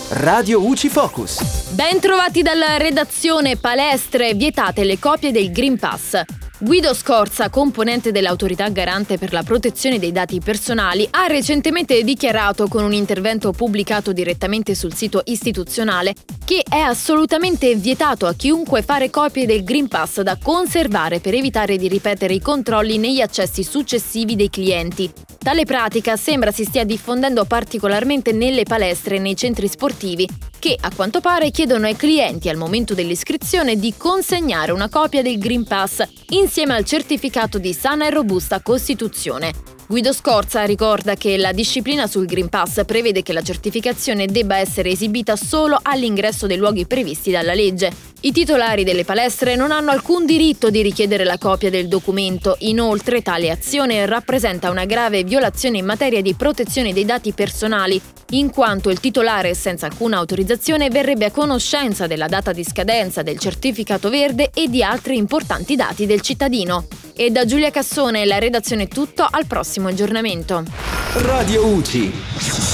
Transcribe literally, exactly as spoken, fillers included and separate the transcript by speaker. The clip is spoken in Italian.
Speaker 1: Radio U C I Focus.
Speaker 2: Ben trovati dalla redazione. Palestre, vietate le copie del Green Pass. Guido Scorza, componente dell'Autorità Garante per la protezione dei dati personali, ha recentemente dichiarato con un intervento pubblicato direttamente sul sito istituzionale che è assolutamente vietato a chiunque fare copie del Green Pass da conservare per evitare di ripetere i controlli negli accessi successivi dei clienti. Tale pratica sembra si stia diffondendo particolarmente nelle palestre e nei centri sportivi, che a quanto pare chiedono ai clienti al momento dell'iscrizione di consegnare una copia del Green Pass insieme al certificato di sana e robusta costituzione. Guido Scorza ricorda che la disciplina sul Green Pass prevede che la certificazione debba essere esibita solo all'ingresso dei luoghi previsti dalla legge. I titolari delle palestre non hanno alcun diritto di richiedere la copia del documento. Inoltre, tale azione rappresenta una grave violazione in materia di protezione dei dati personali, in quanto il titolare, senza alcuna autorizzazione, verrebbe a conoscenza della data di scadenza del certificato verde e di altri importanti dati del cittadino. E da Giulia Cassone, la redazione è tutto, al prossimo aggiornamento.
Speaker 1: Radio U C I.